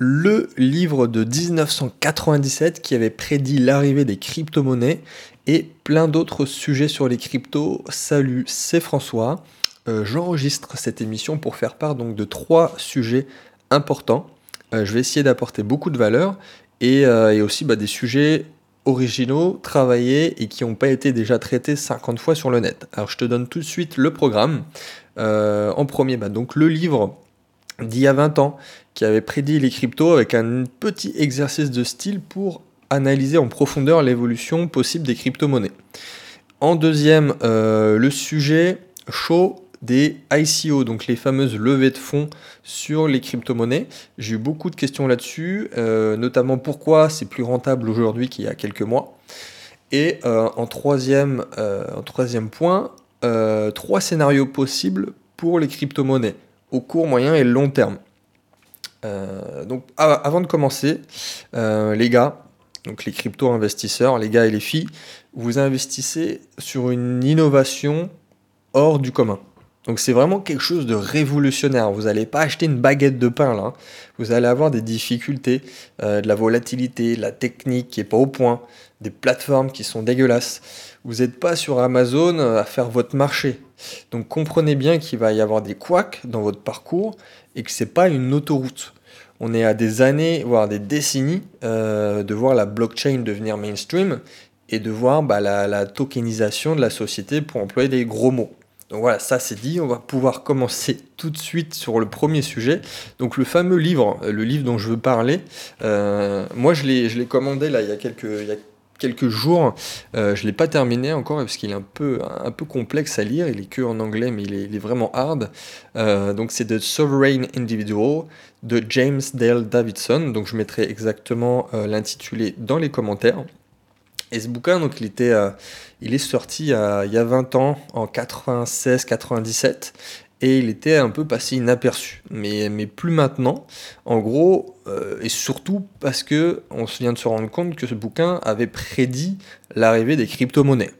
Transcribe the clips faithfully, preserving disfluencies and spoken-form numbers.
le livre de dix-neuf cent quatre-vingt-dix-sept qui avait prédit l'arrivée des crypto-monnaies et plein d'autres sujets sur les cryptos. Salut, c'est François. Euh, j'enregistre cette émission pour faire part donc de trois sujets importants. Euh, je vais essayer d'apporter beaucoup de valeur et, euh, et aussi bah, des sujets originaux, travaillés et qui n'ont pas été déjà traités cinquante fois sur le net. Alors je te donne tout de suite le programme. Euh, en premier, bah, donc le livre d'il y a vingt ans qui avait prédit les cryptos avec un petit exercice de style pour analyser en profondeur l'évolution possible des crypto-monnaies. En deuxième, euh, le sujet chaud des I C O, donc les fameuses levées de fonds sur les crypto-monnaies. J'ai eu beaucoup de questions là-dessus, euh, notamment pourquoi c'est plus rentable aujourd'hui qu'il y a quelques mois. Et euh, en, troisième, euh, en troisième point, euh, trois scénarios possibles pour les crypto-monnaies au court, moyen et long terme. Euh, donc av- avant de commencer, euh, les gars, donc les crypto-investisseurs, les gars et les filles, vous investissez sur une innovation hors du commun. Donc c'est vraiment quelque chose de révolutionnaire. Vous n'allez pas acheter une baguette de pain là. Vous allez avoir des difficultés, euh, de la volatilité, de la technique qui n'est pas au point, des plateformes qui sont dégueulasses. Vous n'êtes pas sur Amazon à faire votre marché. Donc comprenez bien qu'il va y avoir des couacs dans votre parcours et que ce n'est pas une autoroute. On est à des années, voire des décennies, euh, de voir la blockchain devenir mainstream et de voir bah, la, la tokenisation de la société pour employer des gros mots. Donc voilà, ça c'est dit, on va pouvoir commencer tout de suite sur le premier sujet. Donc le fameux livre, le livre dont je veux parler, euh, moi je l'ai, je l'ai commandé là il y a quelques, il y a quelques jours, euh, je ne l'ai pas terminé encore parce qu'il est un peu, un peu complexe à lire, il est que en anglais mais il est, il est vraiment hard. Euh, donc c'est The Sovereign Individual de James Dale Davidson, donc je mettrai exactement euh, l'intitulé dans les commentaires. Et ce bouquin, donc, il, était, euh, il est sorti euh, il y a vingt ans, en quatre-vingt-seize quatre-vingt-dix-sept, et il était un peu passé inaperçu. Mais, mais plus maintenant, en gros, euh, et surtout parce qu'on vient de se rendre compte que ce bouquin avait prédit l'arrivée des crypto-monnaies.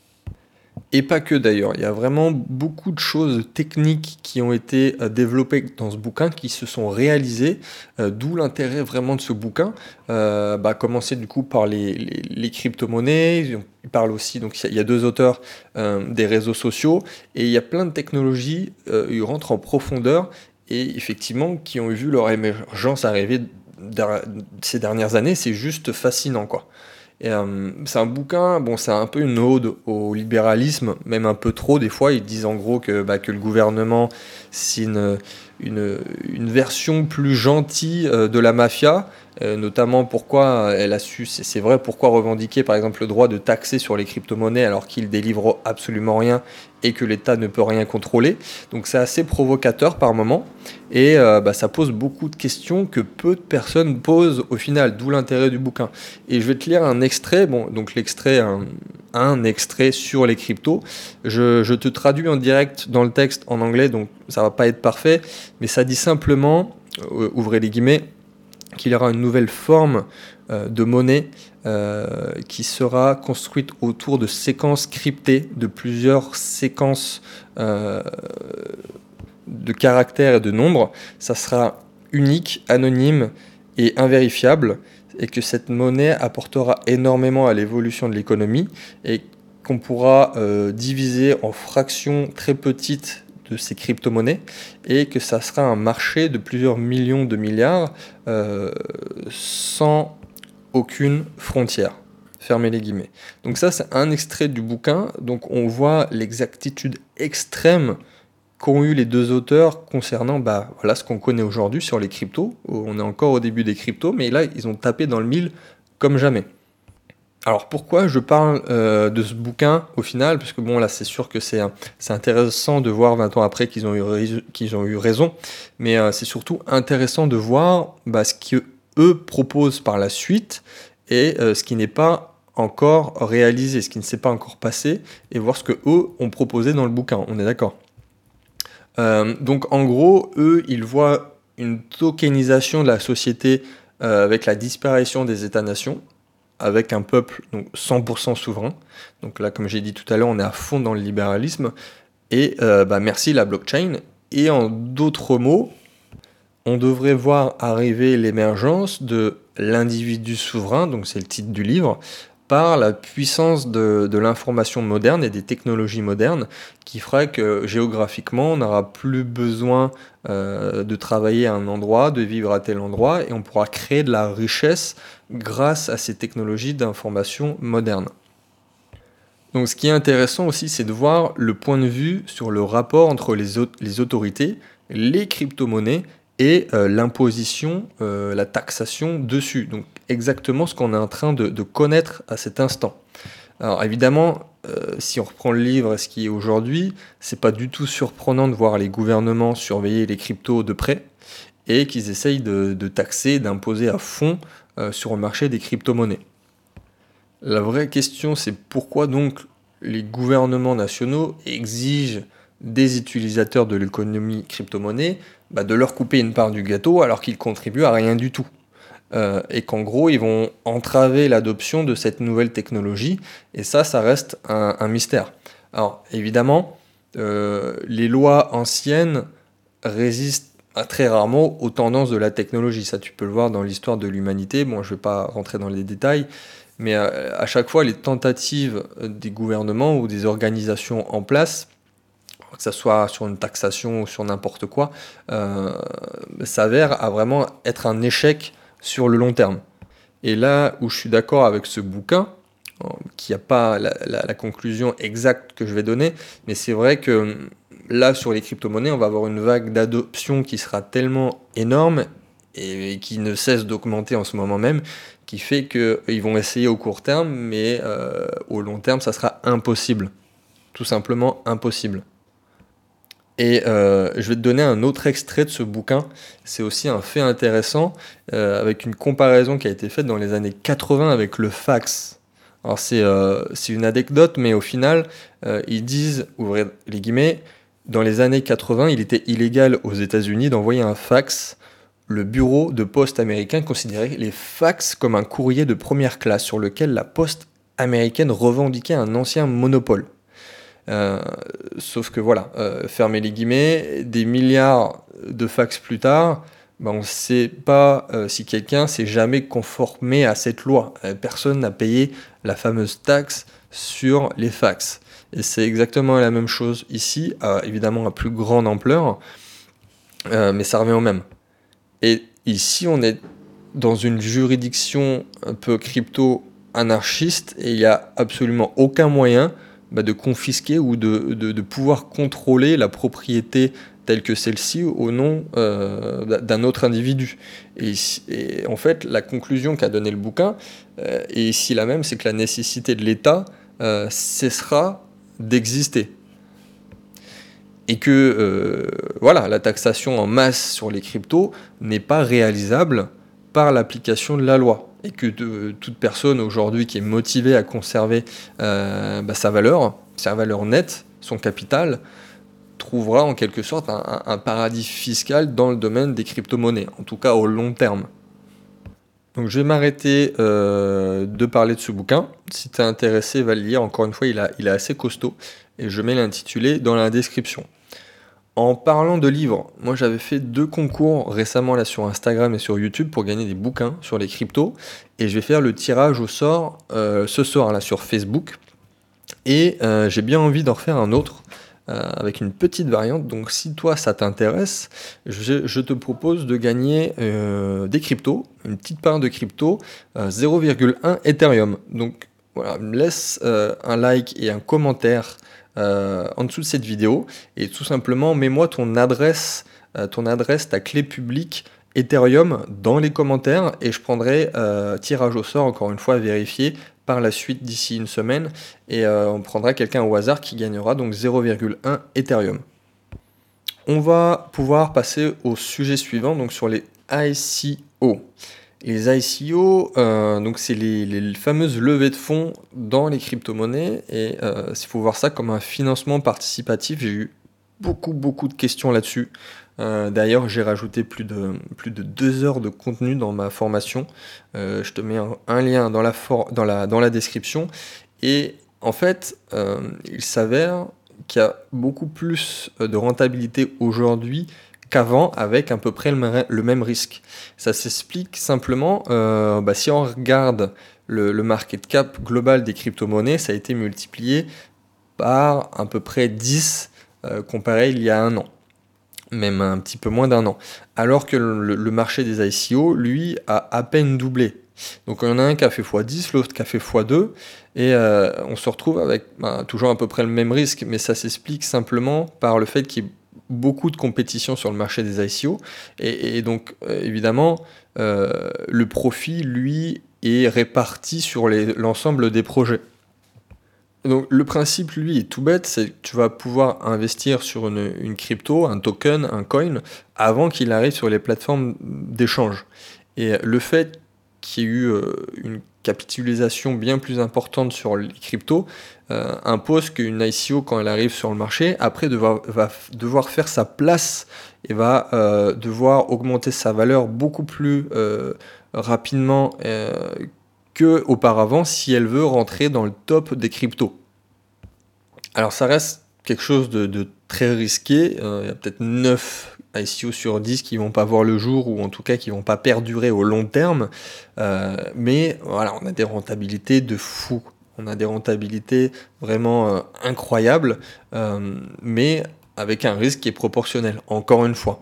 Et pas que d'ailleurs, il y a vraiment beaucoup de choses techniques qui ont été euh, développées dans ce bouquin, qui se sont réalisées, euh, d'où l'intérêt vraiment de ce bouquin. Euh, bah, commencer du coup par les, les, les crypto-monnaies, il parle aussi, donc il y a deux auteurs, euh, des réseaux sociaux, et il y a plein de technologies, euh, ils rentrent en profondeur, et effectivement, qui ont vu leur émergence arriver ces dernières années, c'est juste fascinant quoi. Et, euh, c'est un bouquin, bon, c'est un peu une ode au libéralisme, même un peu trop des fois. Ils disent en gros que, bah, que le gouvernement, c'est une, une, une version plus gentille euh, de la mafia, euh, notamment pourquoi elle a su, c'est, c'est vrai, pourquoi revendiquer par exemple le droit de taxer sur les crypto-monnaies alors qu'il délivre absolument rien et que l'État ne peut rien contrôler. Donc c'est assez provocateur par moment et euh, bah, ça pose beaucoup de questions que peu de personnes posent au final, d'où l'intérêt du bouquin. Et je vais te lire un extrait, bon, donc l'extrait, un, un extrait sur les cryptos. Je, je te traduis en direct dans le texte en anglais, donc ça va pas être parfait, mais ça dit simplement, euh, ouvrez les guillemets, qu'il y aura une nouvelle forme euh, de monnaie euh, qui sera construite autour de séquences cryptées, de plusieurs séquences euh, de caractères et de nombres. Ça sera unique, anonyme et invérifiable, et que cette monnaie apportera énormément à l'évolution de l'économie et qu'on pourra euh, diviser en fractions très petites de ces crypto-monnaies et que ça sera un marché de plusieurs millions de milliards euh, sans aucune frontière. Fermez les guillemets. Donc ça, c'est un extrait du bouquin. Donc on voit l'exactitude extrême qu'ont eu les deux auteurs concernant bah, voilà, ce qu'on connaît aujourd'hui sur les cryptos. On est encore au début des cryptos, mais là, ils ont tapé dans le mille comme jamais. Alors pourquoi je parle euh, de ce bouquin au final? Parce que bon, là, c'est sûr que c'est, c'est intéressant de voir vingt ans après qu'ils ont eu, qu'ils ont eu raison, mais euh, c'est surtout intéressant de voir bah, ce qu'eux proposent par la suite et euh, ce qui n'est pas encore réalisé, ce qui ne s'est pas encore passé, et voir ce qu'eux ont proposé dans le bouquin. On est d'accord? Euh, donc en gros, eux, ils voient une tokenisation de la société euh, avec la disparition des États-nations, avec un peuple donc cent pour cent souverain. Donc là, comme j'ai dit tout à l'heure, on est à fond dans le libéralisme. Et euh, bah, merci la blockchain. Et en d'autres mots, on devrait voir arriver l'émergence de l'individu souverain, donc c'est le titre du livre, par la puissance de, de l'information moderne et des technologies modernes, qui fera que géographiquement, on n'aura plus besoin euh, de travailler à un endroit, de vivre à tel endroit, et on pourra créer de la richesse grâce à ces technologies d'information modernes. Donc ce qui est intéressant aussi, c'est de voir le point de vue sur le rapport entre les, au- les autorités, les crypto-monnaies et euh, l'imposition, euh, la taxation dessus. Donc exactement ce qu'on est en train de, de connaître à cet instant. Alors évidemment, euh, si on reprend le livre et ce qui est aujourd'hui, c'est pas du tout surprenant de voir les gouvernements surveiller les cryptos de près et qu'ils essayent de, de taxer, d'imposer à fond euh, sur le marché des crypto-monnaies. La vraie question, c'est pourquoi donc les gouvernements nationaux exigent des utilisateurs de l'économie crypto-monnaie bah, de leur couper une part du gâteau alors qu'ils contribuent à rien du tout. Euh, et qu'en gros, ils vont entraver l'adoption de cette nouvelle technologie, et ça, ça reste un, un mystère. Alors, évidemment, euh, les lois anciennes résistent à- très rarement aux tendances de la technologie. Ça, tu peux le voir dans l'histoire de l'humanité. Bon, je ne vais pas rentrer dans les détails, mais euh, à chaque fois, les tentatives euh, des gouvernements ou des organisations en place, que ce soit sur une taxation ou sur n'importe quoi, euh, s'avèrent à vraiment être un échec sur le long terme. Et là où je suis d'accord avec ce bouquin, euh, qui n'a pas la, la- la conclusion exacte que je vais donner, mais c'est vrai que hum, là, sur les crypto-monnaies, on va avoir une vague d'adoption qui sera tellement énorme et, et qui ne cesse d'augmenter en ce moment même, qui fait qu'ils vont essayer au court terme, mais euh, au long terme, ça sera impossible. Tout simplement impossible. Et euh, je vais te donner un autre extrait de ce bouquin. C'est aussi un fait intéressant euh, avec une comparaison qui a été faite dans les années quatre-vingts avec le fax. Alors c'est euh, c'est une anecdote, mais au final, euh, ils disent, ouvrez les guillemets, dans les années quatre-vingts, il était illégal aux États-Unis d'envoyer un fax. Le bureau de poste américain considérait les fax comme un courrier de première classe sur lequel la poste américaine revendiquait un ancien monopole. Euh, Sauf que voilà, euh, fermez les guillemets, des milliards de fax plus tard, ben on ne sait pas euh, si quelqu'un s'est jamais conformé à cette loi. Euh, personne n'a payé la fameuse taxe sur les fax. Et c'est exactement la même chose ici, à, évidemment à plus grande ampleur, euh, mais ça revient au même. Et ici, on est dans une juridiction un peu crypto-anarchiste et il n'y a absolument aucun moyen bah, de confisquer ou de, de, de pouvoir contrôler la propriété telle que celle-ci au nom euh, d'un autre individu. Et, et en fait, la conclusion qu'a donnée le bouquin euh, est ici la même, c'est que la nécessité de l'État euh, cessera d'exister et que euh, voilà, la taxation en masse sur les cryptos n'est pas réalisable par l'application de la loi et que de, toute personne aujourd'hui qui est motivée à conserver euh, bah, sa valeur, sa valeur nette, son capital, trouvera en quelque sorte un, un- un paradis fiscal dans le domaine des crypto-monnaies, en tout cas au long terme. Donc je vais m'arrêter euh, de parler de ce bouquin. Si tu es intéressé, va le lire. Encore une fois, il, a, il est assez costaud et je mets l'intitulé dans la description. En parlant de livres, moi j'avais fait deux concours récemment là sur Instagram et sur YouTube pour gagner des bouquins sur les cryptos et je vais faire le tirage au sort euh, ce soir là sur Facebook et euh, j'ai bien envie d'en refaire un autre euh, avec une petite variante. Donc si toi ça t'intéresse, je, je te propose de gagner euh, des cryptos, une petite part de crypto, euh, zéro virgule un Ethereum. Donc voilà, me laisse euh, un like et un commentaire euh, en dessous de cette vidéo et tout simplement mets-moi ton adresse, euh, ton adresse, ta clé publique Ethereum dans les commentaires et je prendrai euh, tirage au sort encore une fois à vérifier par la suite d'ici une semaine et euh, on prendra quelqu'un au hasard qui gagnera donc zéro virgule un Ethereum. On va pouvoir passer au sujet suivant, donc sur les I C O. Les I C O, euh, donc c'est les, les fameuses levées de fonds dans les crypto-monnaies et euh, il faut voir ça comme un financement participatif. J'ai eu beaucoup beaucoup de questions là-dessus. Euh, d'ailleurs, j'ai rajouté plus de, plus de deux heures de contenu dans ma formation. Euh, je te mets un, un lien dans la, for- dans, la, dans la description. Et en fait, euh, il s'avère qu'il y a beaucoup plus de rentabilité aujourd'hui qu'avant avec à peu près le, mer- le même risque. Ça s'explique simplement, euh, bah, si on regarde le, le market cap global des crypto-monnaies, ça a été multiplié par à peu près dix euh, comparé il y a un an, même un petit peu moins d'un an. Alors que le, le marché des I C O, lui, a à peine doublé. Donc il y en a un qui a fait fois dix, l'autre qui a fait fois deux, et euh, on se retrouve avec bah, toujours à peu près le même risque, mais ça s'explique simplement par le fait qu'il y ait beaucoup de compétition sur le marché des I C O, et, et donc euh, évidemment, euh, le profit, lui, est réparti sur les- l'ensemble des projets. Donc le principe, lui, est tout bête, c'est que tu vas pouvoir investir sur une, une crypto, un token, un coin, avant qu'il arrive sur les plateformes d'échange. Et le fait qu'il y ait eu euh, une capitalisation bien plus importante sur les cryptos euh, impose qu'une I C O, quand elle arrive sur le marché, après devoir, va f- devoir faire sa place et va euh, devoir augmenter sa valeur beaucoup plus euh, rapidement euh, que auparavant si elle veut rentrer dans le top des cryptos. Alors ça reste quelque chose de, de très risqué. Euh, il y a peut-être neuf I C O sur dix qui vont pas voir le jour ou en tout cas qui vont pas perdurer au long terme. Euh, mais voilà, on a des rentabilités de fou. On a des rentabilités vraiment euh, incroyables, euh, mais avec un risque qui est proportionnel, encore une fois.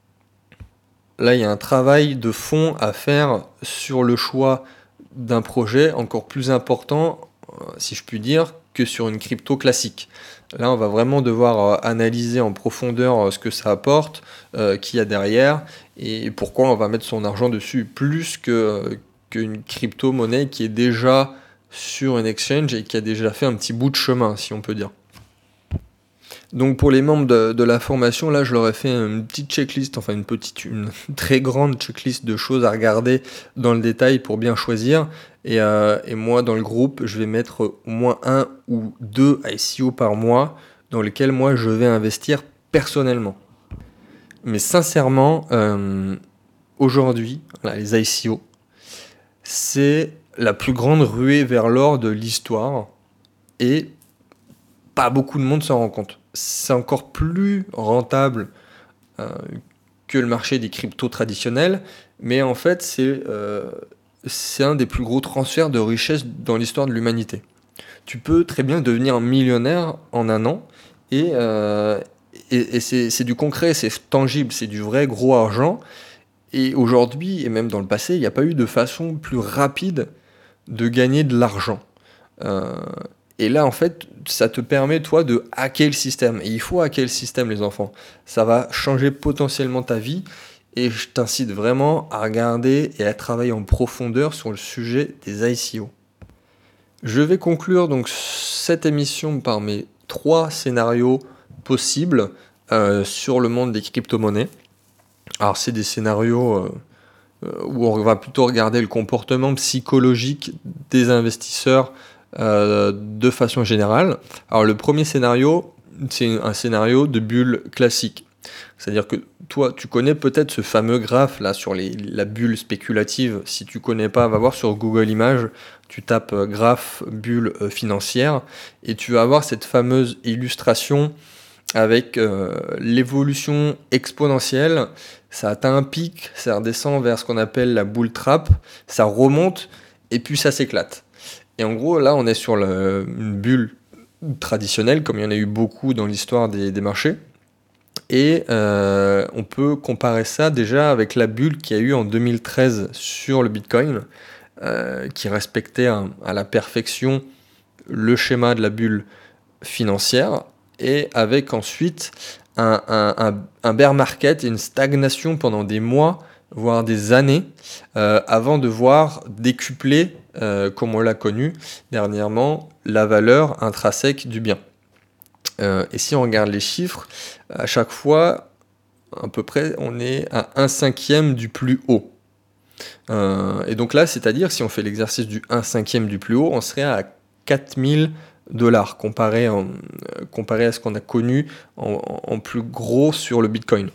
Là, il y a un travail de fond à faire sur le choix d'un projet encore plus important, euh, si je puis dire, que sur une crypto classique. Là, on va vraiment devoir euh, analyser en profondeur euh, ce que ça apporte, euh, qu'il y a derrière, et pourquoi on va mettre son argent dessus, plus que, euh, qu'une crypto-monnaie qui est déjà sur une exchange et qui a déjà fait un petit bout de chemin, si on peut dire. Donc pour les membres de, de la formation, là je leur ai fait une petite checklist, enfin une petite, une très grande checklist de choses à regarder dans le détail pour bien choisir. Et, euh, et moi dans le groupe, je vais mettre au moins un ou deux I C O par mois dans lesquels moi je vais investir personnellement. Mais sincèrement, euh, aujourd'hui, voilà, les I C O, c'est la plus grande ruée vers l'or de l'histoire et pas beaucoup de monde s'en rend compte. C'est encore plus rentable euh, que le marché des cryptos traditionnels, mais en fait, c'est euh, c'est un des plus gros transferts de richesse dans l'histoire de l'humanité. Tu peux très bien devenir millionnaire en un an, et, euh, et, et c'est c'est du concret, c'est tangible, c'est du vrai gros argent. Et aujourd'hui, et même dans le passé, il n'y a pas eu de façon plus rapide de gagner de l'argent. Euh, et là, en fait, ça te permet, toi, de hacker le système. Et il faut hacker le système, les enfants. Ça va changer potentiellement ta vie. Et je t'incite vraiment à regarder et à travailler en profondeur sur le sujet des I C O. Je vais conclure donc cette émission par mes trois scénarios possibles euh, sur le monde des crypto-monnaies. Alors, c'est des scénarios euh, euh, où on va plutôt regarder le comportement psychologique des investisseurs euh, de façon générale. Alors le premier scénario, c'est un scénario de bulle classique. C'est-à-dire que toi, tu connais peut-être ce fameux graphe là sur les, la bulle spéculative. Si tu connais pas, va voir sur Google Images, tu tapes euh, graphe bulle euh, financière et tu vas avoir cette fameuse illustration avec euh, l'évolution exponentielle. Ça atteint un pic, ça redescend vers ce qu'on appelle la bull trap, ça remonte et puis ça s'éclate. Et en gros, là, on est sur le, une bulle traditionnelle, comme il y en a eu beaucoup dans l'histoire des, des marchés. Et euh, on peut comparer ça déjà avec la bulle qu'il y a eu en deux mille treize sur le Bitcoin, euh, qui respectait un, à la perfection le schéma de la bulle financière, et avec ensuite un, un, un, un bear market et une stagnation pendant des mois, voire des années, euh, avant de voir décupler, euh, comme on l'a connu dernièrement, la valeur intrinsèque du bien. Euh, et si on regarde les chiffres, à chaque fois, à peu près, on est à un cinquième du plus haut. Euh, et donc là, c'est-à-dire, si on fait l'exercice du un cinquième du plus haut, on serait à quatre mille dollars comparé, en, euh, comparé à ce qu'on a connu en, en plus gros sur le Bitcoin.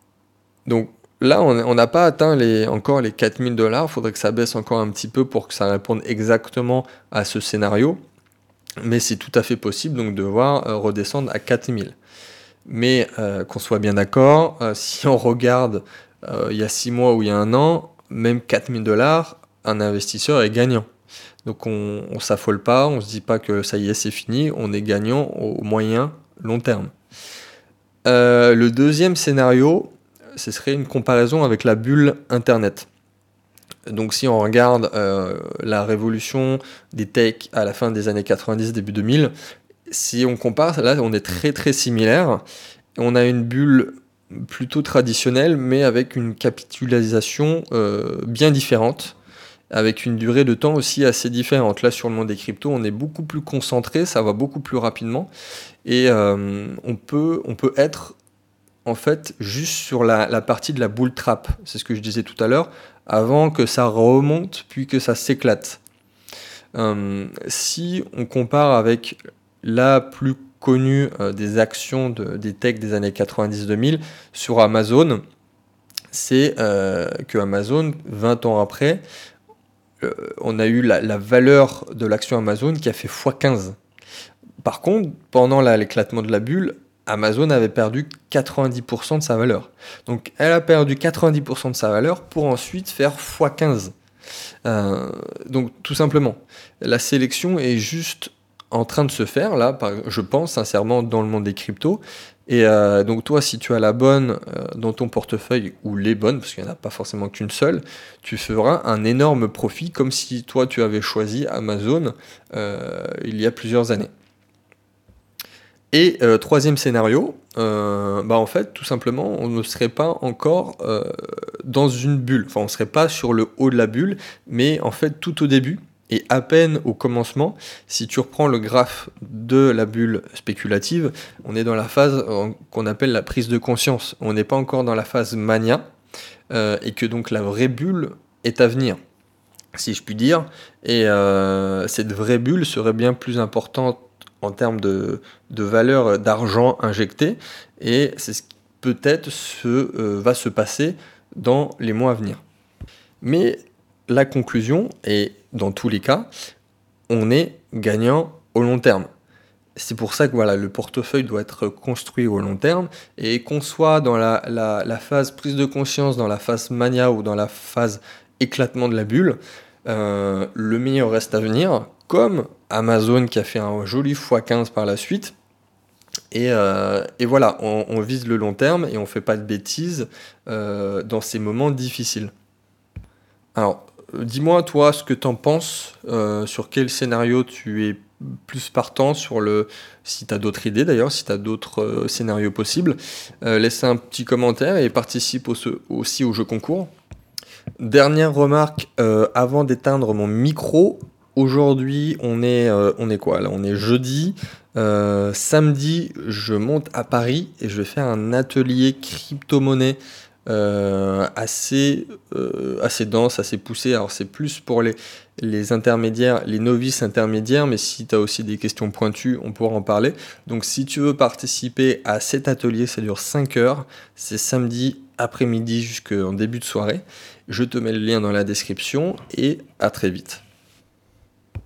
Donc là, on n'a pas atteint les, encore les quatre mille dollars, il faudrait que ça baisse encore un petit peu pour que ça réponde exactement à ce scénario, mais c'est tout à fait possible donc de voir euh, redescendre à quatre mille. Mais euh, qu'on soit bien d'accord, euh, si on regarde euh, il y a six mois ou il y a un an, même quatre mille dollars, un investisseur est gagnant. Donc on ne s'affole pas, on ne se dit pas que ça y est, c'est fini, on est gagnant au moyen, long terme. Euh, le deuxième scénario, ce serait une comparaison avec la bulle Internet. Donc si on regarde euh, la révolution des techs à la fin des années quatre-vingt-dix, début deux mille, si on compare, là on est très très similaire. On a une bulle plutôt traditionnelle, mais avec une capitalisation euh, bien différente, avec une durée de temps aussi assez différente. Là sur le monde des cryptos, on est beaucoup plus concentré, ça va beaucoup plus rapidement, et euh, on, peut, on peut être en fait juste sur la, la partie de la bull trap, c'est ce que je disais tout à l'heure, avant que ça remonte puis que ça s'éclate. Euh, si on compare avec la plus connue euh, des actions de, des techs des années quatre-vingt-dix deux mille sur Amazon, c'est euh, que Amazon, vingt ans après, euh, on a eu la, la valeur de l'action Amazon qui a fait fois quinze. Par contre, pendant la, l'éclatement de la bulle, Amazon avait perdu quatre-vingt-dix pour cent de sa valeur. Donc elle a perdu quatre-vingt-dix pour cent de sa valeur pour ensuite faire fois quinze. Euh, donc tout simplement, la sélection est juste en train de se faire, là, par, je pense sincèrement, dans le monde des cryptos. Et euh, donc toi, si tu as la bonne euh, dans ton portefeuille, ou les bonnes, parce qu'il n'y en a pas forcément qu'une seule, tu feras un énorme profit, comme si toi, tu avais choisi Amazon euh, il y a plusieurs années. Et euh, troisième scénario, euh, bah en fait, tout simplement, on ne serait pas encore euh, dans une bulle. Enfin, on ne serait pas sur le haut de la bulle, mais en fait, tout au début, et à peine au commencement, si tu reprends le graphe de la bulle spéculative, on est dans la phase euh, qu'on appelle la prise de conscience. On n'est pas encore dans la phase mania, euh, et que donc la vraie bulle est à venir, si je puis dire. Et euh, cette vraie bulle serait bien plus importante en termes de, de valeur d'argent injecté, et c'est ce qui peut-être se, euh, va se passer dans les mois à venir. Mais la conclusion est, dans tous les cas, on est gagnant au long terme. C'est pour ça que voilà, le portefeuille doit être construit au long terme, et qu'on soit dans la, la, la phase prise de conscience, dans la phase mania ou dans la phase éclatement de la bulle, euh, le meilleur reste à venir, comme Amazon qui a fait un joli fois quinze par la suite. Et, euh, et voilà, on, on vise le long terme et on ne fait pas de bêtises euh, dans ces moments difficiles. Alors, dis-moi toi ce que tu en penses, euh, sur quel scénario tu es plus partant, sur le, si tu as d'autres idées d'ailleurs, si tu as d'autres euh, scénarios possibles. Euh, laisse un petit commentaire et participe au, aussi au jeu concours. Dernière remarque, euh, avant d'éteindre mon micro, aujourd'hui on est, euh, on est quoi là? On est jeudi, euh, samedi je monte à Paris et je vais faire un atelier crypto-monnaie euh, assez, euh, assez dense, assez poussé. Alors c'est plus pour les, les intermédiaires, les novices intermédiaires, mais si tu as aussi des questions pointues, on pourra en parler. Donc si tu veux participer à cet atelier, ça dure cinq heures, c'est samedi après-midi jusqu'en début de soirée. Je te mets le lien dans la description et à très vite.